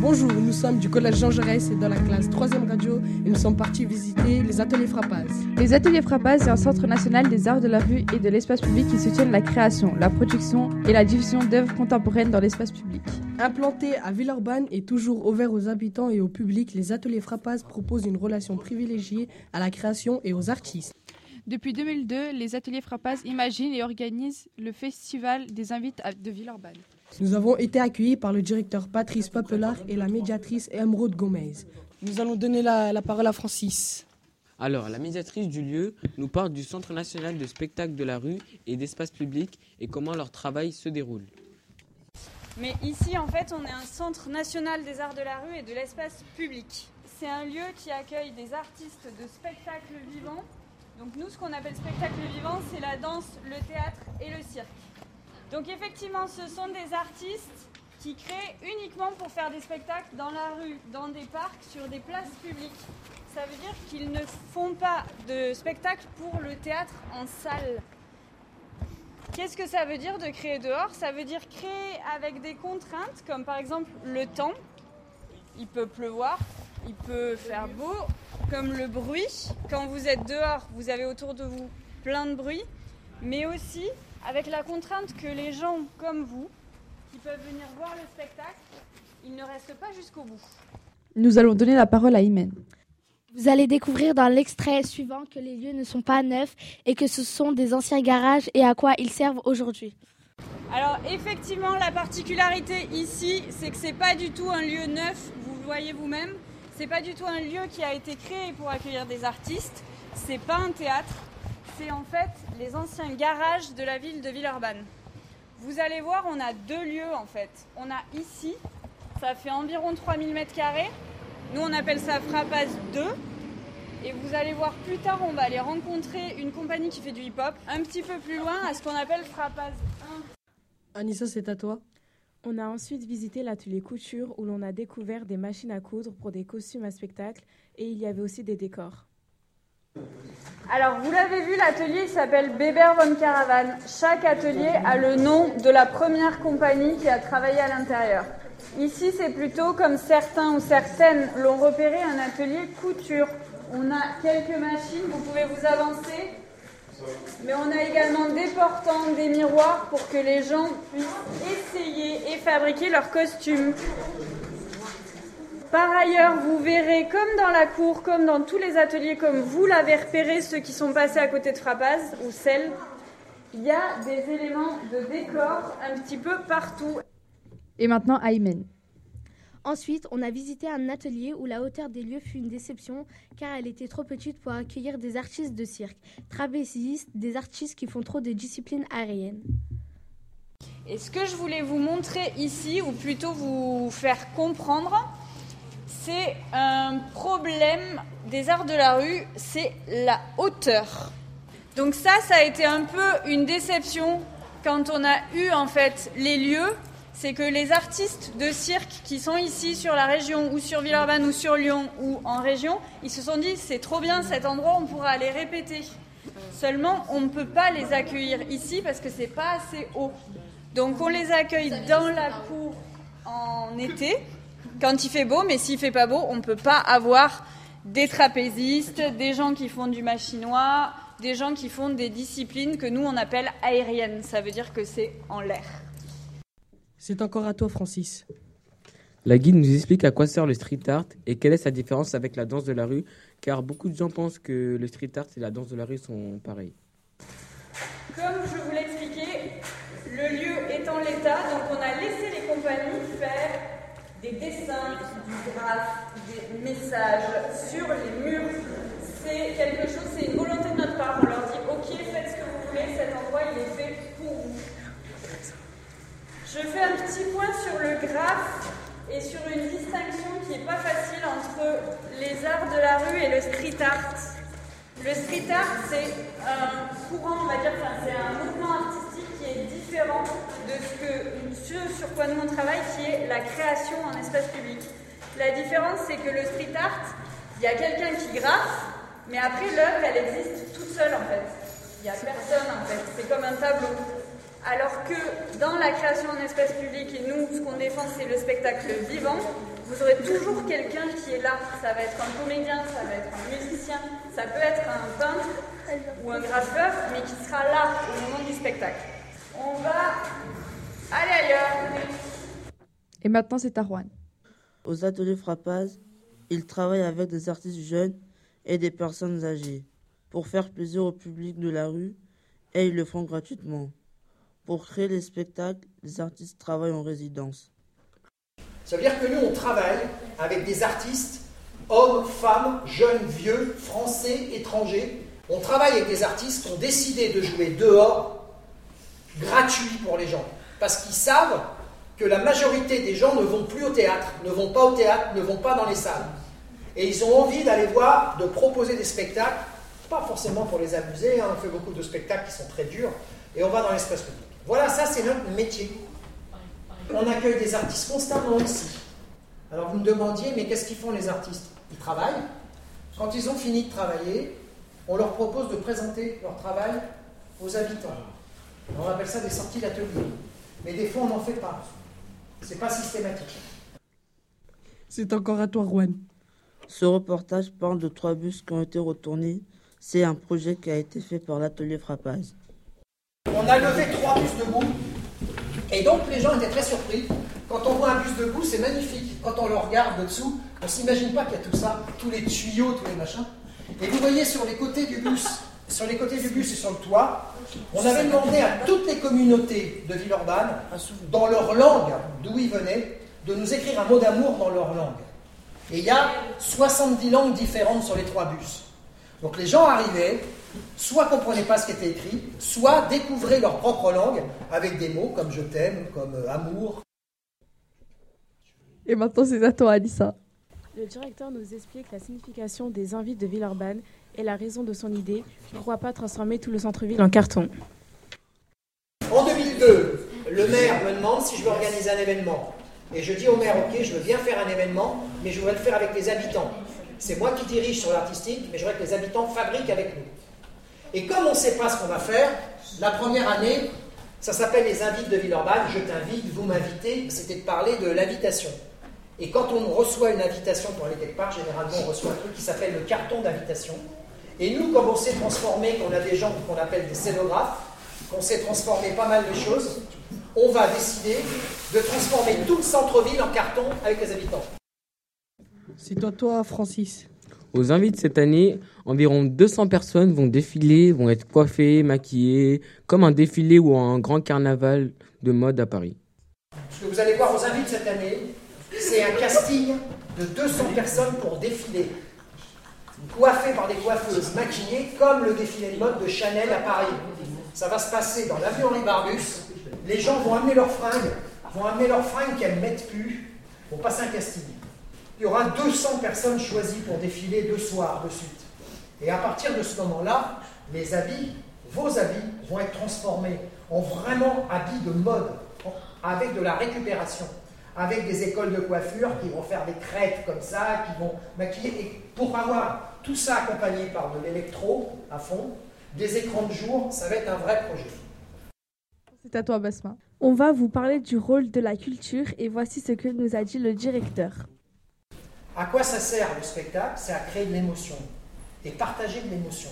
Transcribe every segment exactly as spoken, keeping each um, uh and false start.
Bonjour, nous sommes du collège Jean Jaurès et dans la classe troisième radio et nous sommes partis visiter les ateliers Frappaz. Les ateliers Frappaz, c'est un centre national des arts de la rue et de l'espace public qui soutiennent la création, la production et la diffusion d'œuvres contemporaines dans l'espace public. Implanté à Villeurbanne et toujours ouvert aux habitants et au public, les ateliers Frappaz proposent une relation privilégiée à la création et aux artistes. Depuis deux mille deux, les ateliers Frappaz imaginent et organisent le festival des invites de Villeurbanne. Nous avons été accueillis par le directeur Patrice Papelard et la médiatrice Emeraude Gomez. Nous allons donner la, la parole à Francis. Alors, la médiatrice du lieu nous parle du Centre national de spectacle de la rue et d'espace public et comment leur travail se déroule. Mais ici, en fait, on est un centre national des arts de la rue et de l'espace public. C'est un lieu qui accueille des artistes de spectacle vivant. Donc nous, ce qu'on appelle spectacle vivant, c'est la danse, le théâtre et le cirque. Donc effectivement, ce sont des artistes qui créent uniquement pour faire des spectacles dans la rue, dans des parcs, sur des places publiques. Ça veut dire qu'ils ne font pas de spectacle pour le théâtre en salle. Qu'est-ce que ça veut dire de créer dehors ? Ça veut dire créer avec des contraintes, comme par exemple le temps. Il peut pleuvoir, il peut faire beau, comme le bruit. Quand vous êtes dehors, vous avez autour de vous plein de bruit, mais aussi avec la contrainte que les gens comme vous, qui peuvent venir voir le spectacle, ils ne restent pas jusqu'au bout. Nous allons donner la parole à Imen. Vous allez découvrir dans l'extrait suivant que les lieux ne sont pas neufs et que ce sont des anciens garages et à quoi ils servent aujourd'hui. Alors effectivement, la particularité ici, c'est que c'est pas du tout un lieu neuf, vous le voyez vous-même. C'est pas du tout un lieu qui a été créé pour accueillir des artistes. C'est pas un théâtre. C'est en fait les anciens garages de la ville de Villeurbanne. Vous allez voir, on a deux lieux en fait. On a ici, ça fait environ trois mille mètres carrés. Nous, on appelle ça Frappaz deux. Et vous allez voir plus tard, on va aller rencontrer une compagnie qui fait du hip-hop. Un petit peu plus loin, à ce qu'on appelle Frappaz un. Anissa, c'est à toi. On a ensuite visité l'atelier couture où l'on a découvert des machines à coudre pour des costumes à spectacle et il y avait aussi des décors. Alors, vous l'avez vu, l'atelier s'appelle Beber von Caravan. Chaque atelier a le nom de la première compagnie qui a travaillé à l'intérieur. Ici, c'est plutôt comme certains ou certaines l'ont repéré, un atelier couture. On a quelques machines, vous pouvez vous avancer. Mais on a également des portants, des miroirs pour que les gens puissent essayer et fabriquer leurs costumes. Par ailleurs, vous verrez, comme dans la cour, comme dans tous les ateliers, comme vous l'avez repéré, ceux qui sont passés à côté de Frappaz, ou celles, il y a des éléments de décor un petit peu partout. Et maintenant, Aymen. Ensuite, on a visité un atelier où la hauteur des lieux fut une déception car elle était trop petite pour accueillir des artistes de cirque, trapézistes, des artistes qui font trop de disciplines aériennes. Et ce que je voulais vous montrer ici, ou plutôt vous faire comprendre, c'est un problème des arts de la rue, c'est la hauteur. Donc ça, ça a été un peu une déception quand on a eu en fait les lieux. C'est que les artistes de cirque qui sont ici sur la région ou sur Villeurbanne ou sur Lyon ou en région, ils se sont dit c'est trop bien cet endroit, on pourra aller répéter. Seulement, on ne peut pas les accueillir ici parce que c'est pas assez haut. Donc on les accueille dans la cour en été, quand il fait beau, mais s'il fait pas beau, on ne peut pas avoir des trapézistes, des gens qui font du machinois, des gens qui font des disciplines que nous on appelle aériennes. Ça veut dire que c'est en l'air. C'est encore à toi, Francis. La guide nous explique à quoi sert le street art et quelle est sa différence avec la danse de la rue, car beaucoup de gens pensent que le street art et la danse de la rue sont pareils. Comme je vous l'expliquais, le lieu étant l'état, donc on a laissé les compagnies faire des dessins, du graphe, des messages sur les murs. C'est quelque chose, c'est une volonté de notre part. On leur dit, ok, faites ce que vous voulez, cet endroit il est fait pour vous. Je fais un petit point sur le graphe et sur une distinction qui n'est pas facile entre les arts de la rue et le street art. Le street art, c'est un courant, on va dire, enfin, c'est un mouvement artistique qui est différent de ce, que, ce sur quoi nous on travaille, qui est la création en espace public. La différence, c'est que le street art, il y a quelqu'un qui graffe, mais après l'œuvre, elle existe toute seule en fait. Il n'y a personne en fait, c'est comme un tableau. Alors que dans la création en espace public, et nous, ce qu'on défend, c'est le spectacle vivant, vous aurez toujours quelqu'un qui est là. Ça va être un comédien, ça va être un musicien, ça peut être un peintre ou un graffeur, mais qui sera là au moment du spectacle. On va aller ailleurs. Et maintenant, c'est à Rouen. Aux ateliers Frappaz, ils travaillent avec des artistes jeunes et des personnes âgées pour faire plaisir au public de la rue, et ils le font gratuitement. Pour créer les spectacles, les artistes travaillent en résidence. Ça veut dire que nous, on travaille avec des artistes, hommes, femmes, jeunes, vieux, français, étrangers. On travaille avec des artistes qui ont décidé de jouer dehors, gratuit pour les gens, parce qu'ils savent que la majorité des gens ne vont plus au théâtre, ne vont pas au théâtre, ne vont pas dans les salles. Et ils ont envie d'aller voir, de proposer des spectacles, pas forcément pour les amuser, hein, on fait beaucoup de spectacles qui sont très durs, et on va dans l'espace public. Voilà, ça c'est notre métier. On accueille des artistes constamment ici. Alors vous me demandiez, mais qu'est-ce qu'ils font les artistes? Ils travaillent. Quand ils ont fini de travailler, on leur propose de présenter leur travail aux habitants. On appelle ça des sorties d'atelier. Mais des fois, on n'en fait pas. C'est pas systématique. C'est encore à toi, Rouen. Ce reportage parle de trois bus qui ont été retournés. C'est un projet qui a été fait par l'atelier Frappaz. On a levé trois bus debout. Et donc, les gens étaient très surpris. Quand on voit un bus debout, c'est magnifique. Quand on le regarde de dessous, on ne s'imagine pas qu'il y a tout ça, tous les tuyaux, tous les machins. Et vous voyez sur les côtés du bus, sur les côtés du bus et sur le toit, on avait demandé à toutes les communautés de Villeurbanne, dans leur langue, d'où ils venaient, de nous écrire un mot d'amour dans leur langue. Et il y a soixante-dix langues différentes sur les trois bus. Donc les gens arrivaient, soit ne comprenaient pas ce qui était écrit, soit découvraient leur propre langue avec des mots comme je t'aime, comme euh, amour. Et maintenant, c'est à toi, Alissa. Le directeur nous explique la signification des invites de Villeurbanne et la raison de son idée. Pourquoi pas transformer tout le centre-ville en carton? En deux mille deux, le maire me demande si je veux organiser un événement. Et je dis au maire, ok, je veux bien faire un événement, mais je voudrais le faire avec les habitants. C'est moi qui dirige sur l'artistique, mais je voudrais que les habitants fabriquent avec nous. Et comme on ne sait pas ce qu'on va faire, la première année, ça s'appelle les invites de Villeurbanne. Je t'invite, vous m'invitez, c'était de parler de l'invitation. Et quand on reçoit une invitation pour aller quelque part, généralement on reçoit un truc qui s'appelle le carton d'invitation. Et nous, comme on s'est transformé, qu'on a des gens qu'on appelle des scénographes, qu'on s'est transformé pas mal de choses, on va décider de transformer tout le centre-ville en carton avec les habitants. C'est à toi, Francis. Aux invites cette année, environ deux cents personnes vont défiler, vont être coiffées, maquillées, comme un défilé ou un grand carnaval de mode à Paris. Ce que vous allez voir aux invites cette année, c'est un casting de deux cents personnes pour défiler, coiffées par des coiffeuses, maquillées, comme le défilé de mode de Chanel à Paris. Ça va se passer dans l'avenue Henri Barbus. Les gens vont amener leurs fringues, vont amener leurs fringues qu'elles ne mettent plus, vont passer un casting. Il y aura deux cents personnes choisies pour défiler deux soirs de suite. Et à partir de ce moment-là, les habits, vos habits, vont être transformés en vraiment habits de mode, avec de la récupération, avec des écoles de coiffure qui vont faire des crêtes comme ça, qui vont maquiller. Et pour avoir tout ça accompagné par de l'électro à fond, des écrans de jour, ça va être un vrai projet. C'est à toi, Basma. On va vous parler du rôle de la culture et voici ce que nous a dit le directeur. À quoi ça sert le spectacle? C'est à créer de l'émotion et partager de l'émotion.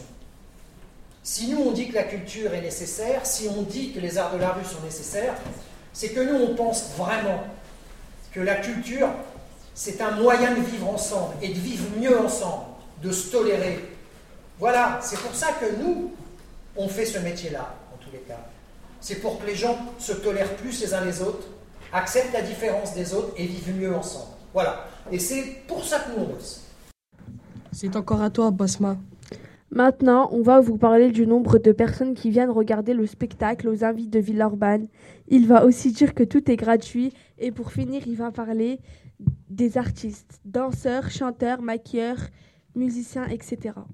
Si nous on dit que la culture est nécessaire, si on dit que les arts de la rue sont nécessaires, c'est que nous on pense vraiment que la culture c'est un moyen de vivre ensemble et de vivre mieux ensemble, de se tolérer. Voilà, c'est pour ça que nous on fait ce métier-là, en tous les cas. C'est pour que les gens se tolèrent plus les uns les autres, acceptent la différence des autres et vivent mieux ensemble. Voilà. Et c'est pour ça que nous on bosse. C'est encore à toi, Basma. Maintenant, on va vous parler du nombre de personnes qui viennent regarder le spectacle aux invites de Villeurbanne. Il va aussi dire que tout est gratuit. Et pour finir, il va parler des artistes, danseurs, chanteurs, maquilleurs, musiciens, et cetera.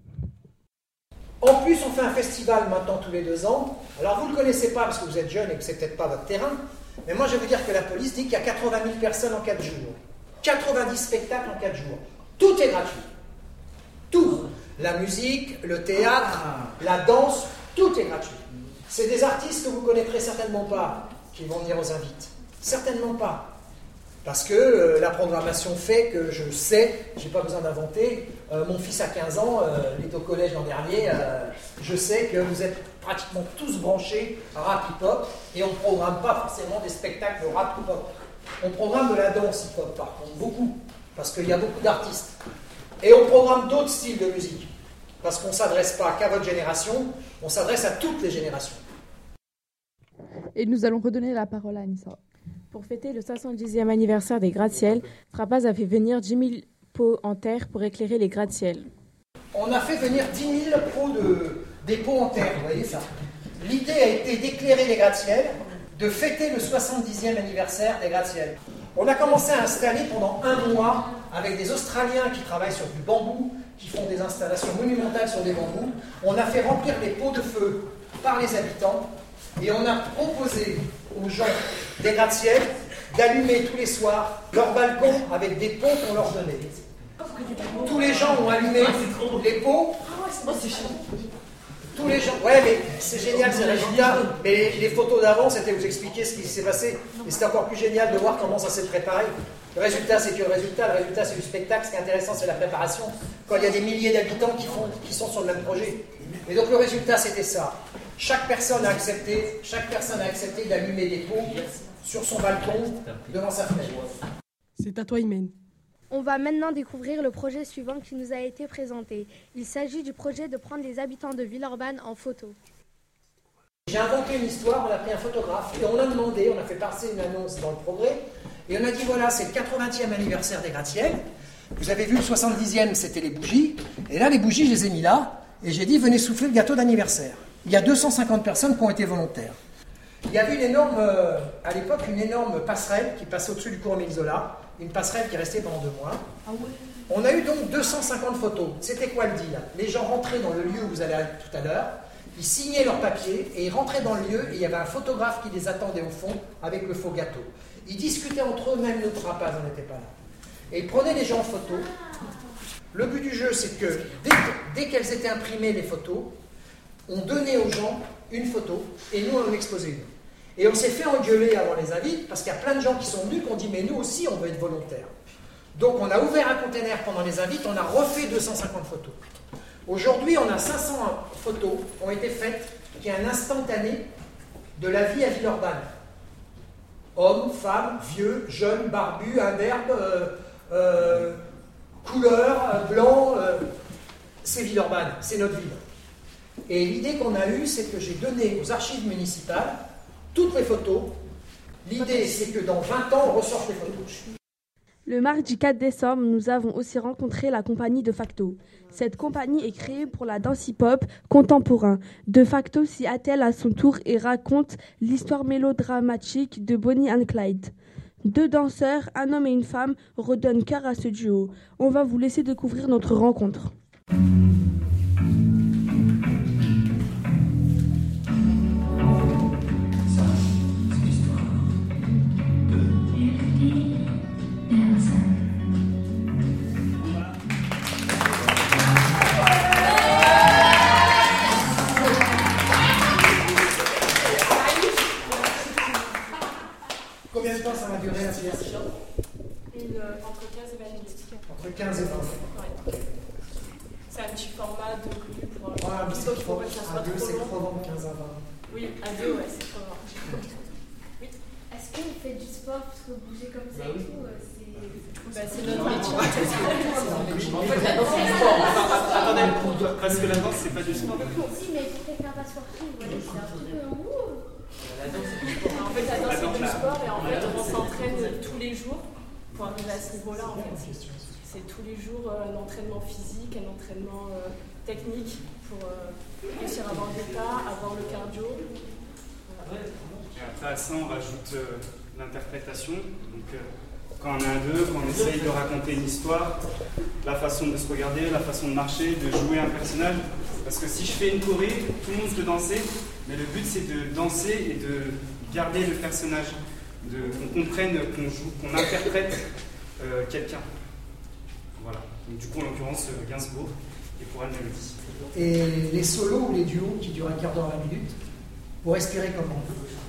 En plus, on fait un festival maintenant tous les deux ans. Alors vous ne le connaissez pas parce que vous êtes jeune et que c'est peut-être pas votre terrain. Mais moi, je vais vous dire que la police dit qu'il y a quatre-vingt mille personnes en quatre jours. quatre-vingt-dix spectacles en quatre jours. Tout est gratuit. Tout. La musique, le théâtre, la danse, tout est gratuit. C'est des artistes que vous ne connaîtrez certainement pas qui vont venir aux invites. Certainement pas. Parce que euh, la programmation fait que je sais, je n'ai pas besoin d'inventer, euh, mon fils a quinze ans, euh, il est au collège l'an dernier, euh, je sais que vous êtes pratiquement tous branchés rap hip-hop, et on ne programme pas forcément des spectacles de rap hip-hop. On programme de la danse hip-hop par contre, beaucoup, parce qu'il y a beaucoup d'artistes. Et on programme d'autres styles de musique, parce qu'on ne s'adresse pas qu'à votre génération, on s'adresse à toutes les générations. Et nous allons redonner la parole à Anissa. Pour fêter le soixante-dixième anniversaire des gratte-ciel, Frapaz a fait venir dix mille pots en terre pour éclairer les gratte-ciel. On a fait venir dix mille pots de, des pots en terre, vous voyez ça. L'idée a été d'éclairer les gratte-ciel, de fêter le soixante-dixième anniversaire des gratte-ciel. On a commencé à installer pendant un mois avec des Australiens qui travaillent sur du bambou, qui font des installations monumentales sur des bambous. On a fait remplir les pots de feu par les habitants et on a proposé aux gens des gratte-ciel d'allumer tous les soirs leur balcon avec des pots qu'on leur donnait. Tous les gens ont allumé les pots. Tous les gens. Ouais, mais c'est génial, c'est le résultat. Mais les, les photos d'avant, c'était vous expliquer ce qui s'est passé. Et c'était encore plus génial de voir comment ça s'est préparé. Le résultat, c'est que le résultat, le résultat, c'est du spectacle. Ce qui est intéressant, c'est la préparation. Quand il y a des milliers d'habitants qui, font, qui sont sur le même projet. Et donc le résultat, c'était ça. Chaque personne a accepté, chaque personne a accepté d'allumer des pots sur son balcon, devant sa fenêtre. C'est à toi, Imen. On va maintenant découvrir le projet suivant qui nous a été présenté. Il s'agit du projet de prendre les habitants de Villeurbanne en photo. J'ai inventé une histoire, on a pris un photographe et on a demandé, on a fait passer une annonce dans le Progrès et on a dit voilà, c'est le quatre-vingtième anniversaire des gratte-ciel. Vous avez vu le soixante-dixième, c'était les bougies. Et là, les bougies, je les ai mis là et j'ai dit venez souffler le gâteau d'anniversaire. Il y a deux cent cinquante personnes qui ont été volontaires. Il y avait une énorme, euh, à l'époque, une énorme passerelle qui passait au-dessus du cours Émile Zola, une passerelle qui est restée pendant deux mois. Ah ouais. On a eu donc deux cent cinquante photos. C'était quoi le deal? Les gens rentraient dans le lieu où vous allez aller tout à l'heure, ils signaient leurs papiers et ils rentraient dans le lieu et il y avait un photographe qui les attendait au fond avec le faux gâteau. Ils discutaient entre eux, même notre Frapaz n'était pas là. Et ils prenaient les gens en photo. Le but du jeu, c'est que dès, dès qu'elles étaient imprimées, les photos, on donnait aux gens une photo et nous on en exposait une. Et on s'est fait engueuler avant les invites parce qu'il y a plein de gens qui sont venus qui ont dit mais nous aussi on veut être volontaires. Donc on a ouvert un container pendant les invites, on a refait deux cent cinquante photos. Aujourd'hui on a cinq cents photos qui ont été faites, qui est un instantané de la vie à Villeurbanne. Hommes, femmes, vieux, jeunes, barbus, imberbes, euh, euh, couleurs, euh, blancs, euh, c'est Villeurbanne, c'est notre ville. Et l'idée qu'on a eue, c'est que j'ai donné aux archives municipales toutes les photos. L'idée, c'est que dans vingt ans, on ressorte les photos. Le mardi quatre décembre, nous avons aussi rencontré la compagnie De Facto. Cette compagnie est créée pour la danse hip-hop contemporain. De Facto s'y attelle à son tour et raconte l'histoire mélodramatique de Bonnie and Clyde. Deux danseurs, un homme et une femme, redonnent cœur à ce duo. On va vous laisser découvrir notre rencontre. Combien de temps ça va durer la pièce? Entre quinze et vingt minutes. Entre quinze et vingt. Ouais. C'est un petit format de connu pour. Ah, mais c'est trop. À deux, c'est trop long, quinze à vingt. Oui, à deux, ouais, c'est trop long. Oui. Est-ce que vous faites du sport parce que vous bougez comme ça et tout? Bah, c'est notre métier. En fait, la danse, c'est du sport. Attendez, parce que la danse, c'est pas du sport. Si, mais pour quelqu'un pas sportif, c'est un truc. La danse, c'est du sport. En fait, la danse, c'est du sport et en fait, on s'entraîne tous les jours pour arriver à ce niveau-là. En fait, c'est tous les jours un entraînement physique, un entraînement euh, technique pour euh, réussir à avoir l'état, avoir le cardio. Voilà. Et après, à ça, on rajoute euh, l'interprétation. Donc, euh, quand on est à deux, quand on essaye de raconter une histoire, la façon de se regarder, la façon de marcher, de jouer un personnage. Parce que si je fais une choré, tout le monde peut danser, mais le but c'est de danser et de garder le personnage, de, qu'on comprenne, qu'on joue, qu'on interprète euh, quelqu'un. Voilà. Donc, du coup, en l'occurrence, Gainsbourg et pour Anne Mélodie. Et les solos ou les duos qui durent un quart d'heure à la minute, vous respirez comment?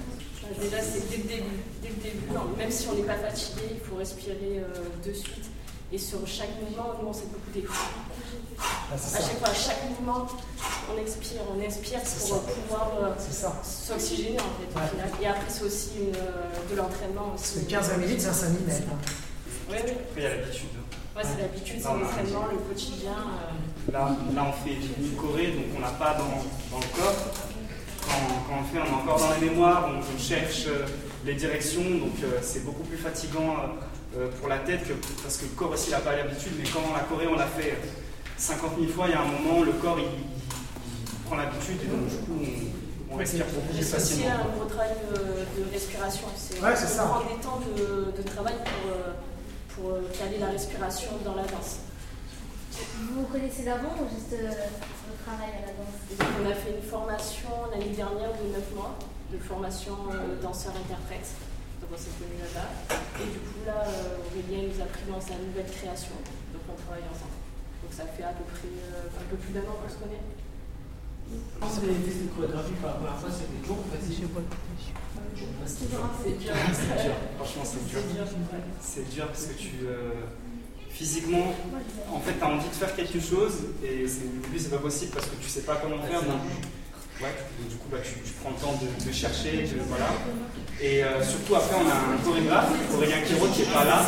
déjà, c'est dès le début. Dès le début, même si on n'est pas fatigué, il faut respirer euh, de suite. Et sur chaque mouvement, nous, on s'est beaucoup des ah, à chaque fois, à chaque mouvement, on expire, on inspire pour euh, pouvoir euh, s'oxygéner en fait. Ouais. Au final. Et après, c'est aussi une, euh, de l'entraînement. Parce que quinze à vingt minutes, c'est un cinq minutes. Hein. Oui, oui. Après, il y a l'habitude. Ouais, c'est l'habitude, c'est l'entraînement, le quotidien. Euh... Là, là, on fait une choré, donc on n'a pas dans, dans le corps. Quand, quand on le fait, on est encore dans la mémoire, on, on cherche euh, les directions, donc euh, c'est beaucoup plus fatigant euh, pour la tête, que, parce que le corps aussi n'a pas l'habitude, mais quand la choré, on l'a fait cinquante mille fois, il y a un moment où le corps il, il prend l'habitude, et donc du coup, on, on respire beaucoup plus facilement. C'est aussi un gros travail de, de respiration, c'est ouais, ça. prendre des temps de, de travail pour, pour caler la respiration dans la danse. Vous vous connaissez d'avant ou juste euh, votre travail à la danse? On a fait une formation l'année dernière de neuf mois, de formation euh, danseur-interprète, donc on s'est connus là-bas. Et du coup là, euh, Aurélien nous a pris dans sa nouvelle création, donc on travaille ensemble. Donc ça fait à peu près euh, un peu plus d'un an qu'on se connaît. Quand vous avez fait cette chorégraphie pour la première fois, c'était dur ou facile? C'est dur, c'est dur. C'est dur, franchement c'est dur. C'est dur parce que tu... Euh, physiquement, en fait, tu as envie de faire quelque chose et au début, c'est pas possible parce que tu sais pas comment faire. Donc, ouais, du coup, bah, tu, tu prends le temps de, de chercher, de, voilà. Et euh, surtout, après, on a un chorégraphe, Aurélien Quiraud, qui n'est pas là.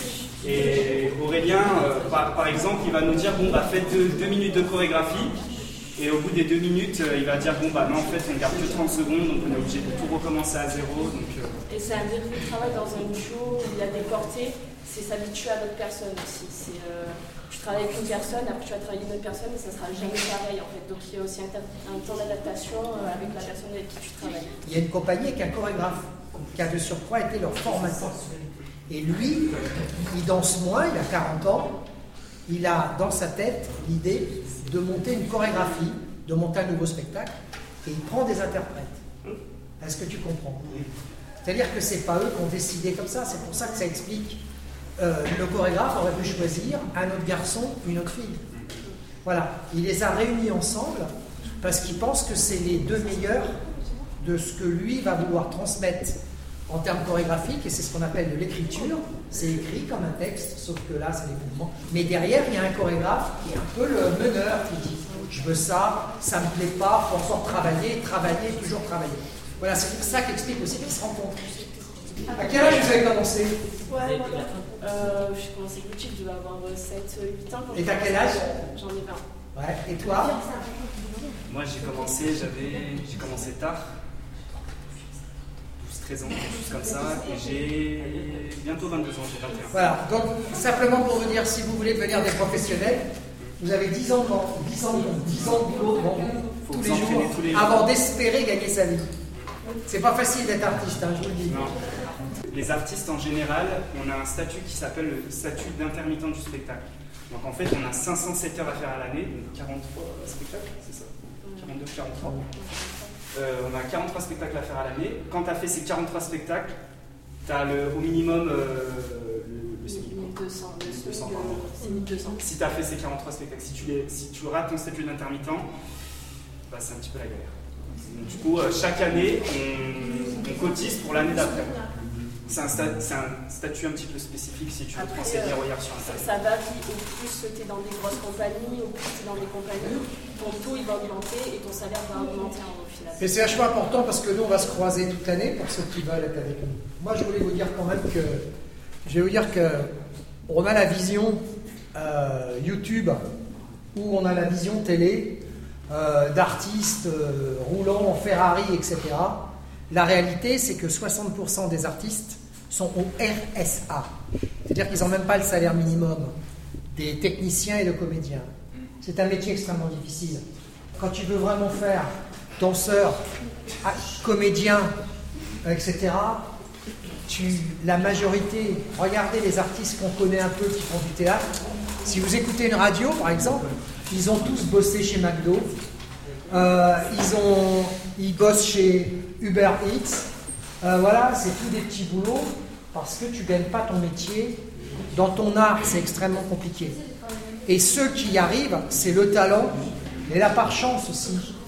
Et Aurélien, euh, par, par exemple, il va nous dire, bon, bah, faites deux, deux minutes de chorégraphie. Et au bout des deux minutes, euh, il va dire, bon, bah, non, en fait, on garde que trente secondes, donc on est obligé de tout recommencer à zéro. Donc, euh... Et c'est un véritable travail dans un duo où il y a des portées. C'est s'habituer à l'autre personne aussi. C'est, euh, tu travailles avec une personne, après tu vas travailler avec une autre personne, et ça ne sera jamais pareil en fait. Donc il y a aussi un, un temps d'adaptation euh, avec la personne avec qui tu travailles. Il y a une compagnie avec un chorégraphe qui a de surcroît été leur formateur. Et lui, il danse moins, il a quarante ans, il a dans sa tête l'idée de monter une chorégraphie, de monter un nouveau spectacle, et il prend des interprètes. Est-ce que tu comprends? C'est-à-dire que ce n'est pas eux qui ont décidé comme ça, c'est pour ça que ça explique. Euh, le chorégraphe aurait pu choisir un autre garçon, une autre fille. Voilà, il les a réunis ensemble parce qu'il pense que c'est les deux meilleurs de ce que lui va vouloir transmettre en termes chorégraphiques, et c'est ce qu'on appelle de l'écriture. C'est écrit comme un texte, sauf que là, c'est des mouvements. Mais derrière, il y a un chorégraphe qui est un peu le meneur, qui dit « je veux ça, ça me plaît pas, il faut encore travailler, travailler, toujours travailler ». Voilà, c'est ça qui explique aussi qu'ils se rencontrent. À quel âge vous avez commencé? Ouais, voilà. euh, j'ai commencé le boutique, je devais avoir sept huit ans. Et t'as quel âge? J'en ai vingt. Ouais, et toi? Moi j'ai commencé, j'avais, j'ai commencé tard, douze treize ans, quelque chose comme ça, et j'ai bientôt vingt-deux ans, j'ai vingt et un. Voilà, donc simplement pour vous dire, si vous voulez devenir des professionnels, vous avez dix ans de dix ans, dix ans de boulot devant vous, tous les jours, tous les jours, avant d'espérer gagner sa vie. C'est pas facile d'être artiste, hein, je vous le dis. Non. Les artistes en général, on a un statut qui s'appelle le statut d'intermittent du spectacle. Donc en fait, on a cinq cent sept heures à faire à l'année, donc quarante-trois spectacles, c'est ça? quarante-deux, quarante-trois. Euh, on a quarante-trois spectacles à faire à l'année. Quand tu as fait ces quarante-trois spectacles, tu as le, au minimum euh, le, le SMIC. mille deux cents, mille deux cents, c'est mille deux cents. Si tu as fait ces quarante-trois spectacles, si tu, les, si tu rates ton statut d'intermittent, bah, c'est un petit peu la galère. Donc, du coup, euh, chaque année, on, on cotise pour l'année d'après. C'est un, sta c'est un statut un petit peu spécifique si tu veux te renseigner hier sur Internet. Ça varie, au plus tu es dans des grosses compagnies, au plus tu es dans des compagnies, ton taux il va augmenter et ton salaire va augmenter au final. Mais c'est vachement important parce que nous on va se croiser toute l'année pour ceux qui veulent être avec nous. Moi je voulais vous dire quand même que je vais vous dire que on a la vision euh, YouTube où on a la vision télé euh, d'artistes euh, roulant en Ferrari, et cetera. La réalité, c'est que soixante pour cent des artistes sont au R S A. C'est-à-dire qu'ils n'ont même pas le salaire minimum des techniciens et de comédiens. C'est un métier extrêmement difficile. Quand tu veux vraiment faire danseur, comédien, et cetera, tu, la majorité, regardez les artistes qu'on connaît un peu qui font du théâtre. Si vous écoutez une radio, par exemple, ils ont tous bossé chez McDo. Euh, ils, ont, ils bossent chez Uber Eats. Euh, voilà, c'est tous des petits boulots parce que tu ne gagnes pas ton métier. Dans ton art, c'est extrêmement compliqué. Et ceux qui y arrivent, c'est le talent et la par chance aussi.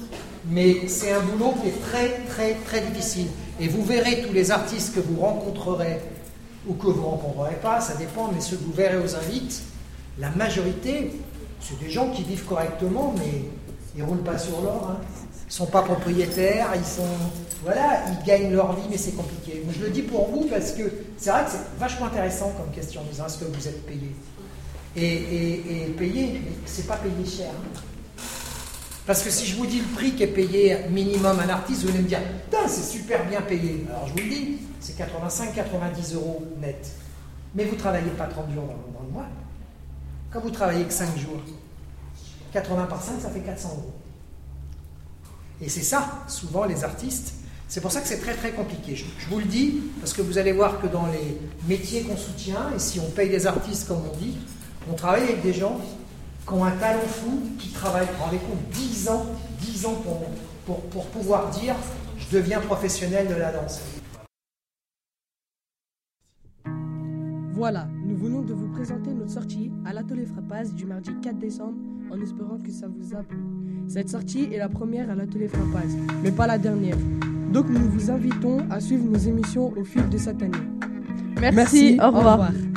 mais c'est un boulot qui est très, très, très difficile. Et vous verrez tous les artistes que vous rencontrerez, ou que vous ne rencontrerez pas, ça dépend, mais ceux que vous verrez aux invites, la majorité, c'est des gens qui vivent correctement, mais ils ne roulent pas sur l'or, hein. Ils ne sont pas propriétaires, ils sont... Voilà, ils gagnent leur vie, mais c'est compliqué. Mais je le dis pour vous parce que c'est vrai que c'est vachement intéressant comme question, est-ce que vous êtes payé ? Et, et, et payé, c'est pas payé cher. Hein. Parce que si je vous dis le prix qui est payé minimum à un artiste, vous allez me dire, putain, c'est super bien payé. Alors je vous le dis, c'est quatre-vingt-cinq à quatre-vingt-dix euros net. Mais vous ne travaillez pas trente jours dans, dans le mois. Quand vous travaillez que cinq jours, quatre-vingts par cinq, ça fait quatre cents euros. Et c'est ça, souvent, les artistes. C'est pour ça que c'est très très compliqué. Je, je vous le dis, parce que vous allez voir que dans les métiers qu'on soutient, et si on paye des artistes comme on dit, on travaille avec des gens qui ont un talent fou, qui travaillent, rendez compte, dix ans, dix ans pour, pour, pour pouvoir dire « je deviens professionnel de la danse ». Voilà, nous venons de vous présenter notre sortie à l'Atelier Frappaz du mardi quatre décembre en espérant que ça vous a plu. Cette sortie est la première à l'Atelier Frappaz, mais pas la dernière. Donc nous vous invitons à suivre nos émissions au fil de cette année. Merci, Merci au revoir. Au revoir.